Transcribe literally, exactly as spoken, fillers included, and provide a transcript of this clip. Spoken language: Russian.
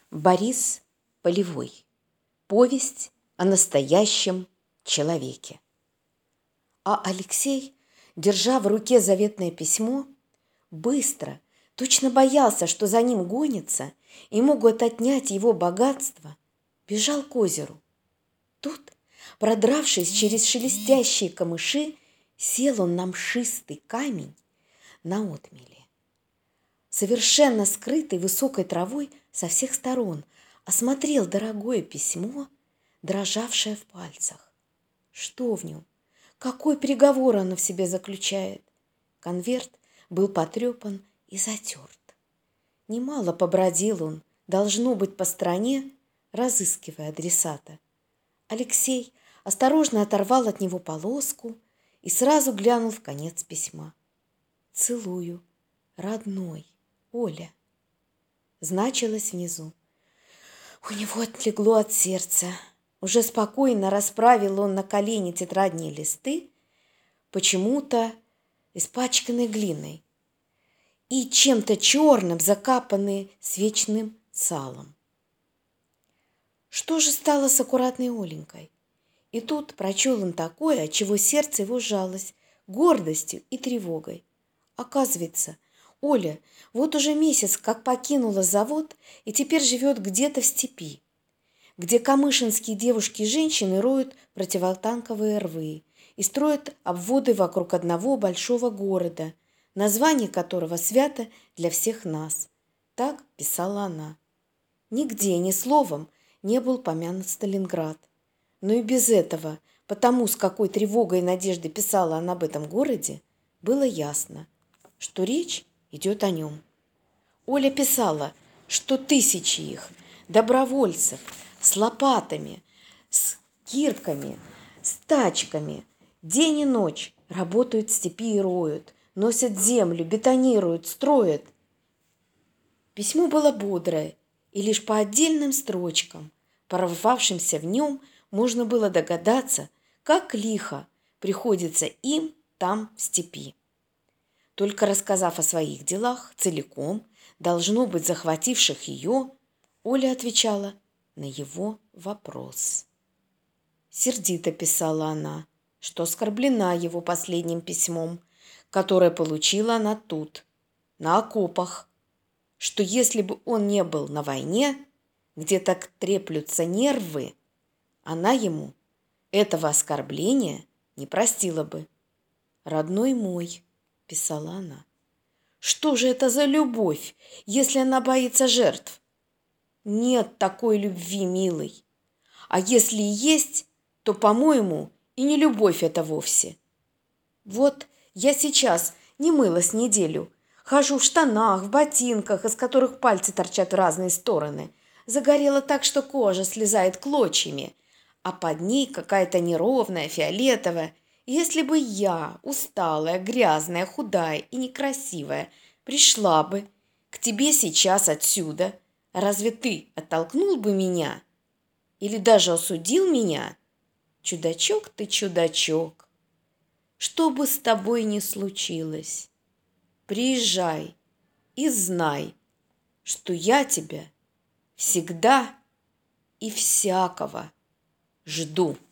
Борис Полевой. Повесть о настоящем человеке. А Алексей, держа в руке заветное письмо, быстро, точно боялся, что за ним гонятся и могут отнять его богатство, бежал к озеру. Тут, продравшись через шелестящие камыши, сел он на мшистый камень на отмеле. Совершенно скрытый высокой травой со всех сторон, осмотрел дорогое письмо, дрожавшее в пальцах. Что в нем? Какой приговор оно в себе заключает? Конверт был потрепан и затерт. Немало побродил он, должно быть, по стране, разыскивая адресата. Алексей осторожно оторвал от него полоску и сразу глянул в конец письма. «Целую, родной, Оля», значилось внизу. У него отлегло от сердца. Уже спокойно расправил он на колени тетрадные листы, почему-то испачканные глиной и чем-то черным, закапанные свечным салом. Что же стало с аккуратной Оленькой? И тут прочел он такое, от чего сердце его сжалось гордостью и тревогой. Оказывается, Оля вот уже месяц как покинула завод и теперь живет где-то в степи, где камышинские девушки и женщины роют противотанковые рвы и строят обводы вокруг одного большого города, название которого свято для всех нас. Так писала она. Нигде ни словом не был помянут Сталинград. Но и без этого, потому с какой тревогой и надеждой писала она об этом городе, было ясно, что речь идет о нем. Оля писала, что тысячи их, добровольцев, с лопатами, с кирками, с тачками, день и ночь работают в степи и роют, носят землю, бетонируют, строят. Письмо было бодрое, и лишь по отдельным строчкам, порвавшимся в нем, можно было догадаться, как лихо приходится им там в степи. Только рассказав о своих делах целиком, должно быть, захвативших ее, Оля отвечала на его вопрос. Сердито писала она, что оскорблена его последним письмом, которое получила она тут, на окопах, что если бы он не был на войне, где так треплются нервы, она ему этого оскорбления не простила бы. «Родной мой», — писала она, — «что же это за любовь, если она боится жертв? Нет такой любви, милый. А если и есть, то, по-моему, и не любовь это вовсе. Вот я сейчас не мылась неделю, хожу в штанах, в ботинках, из которых пальцы торчат в разные стороны. Загорела так, что кожа слезает клочьями, а под ней какая-то неровная, фиолетовая. Если бы я, усталая, грязная, худая и некрасивая, пришла бы к тебе сейчас отсюда, разве ты оттолкнул бы меня? Или даже осудил меня? Чудачок ты, чудачок. Что бы с тобой ни случилось, приезжай и знай, что я тебя всегда и всякого жду».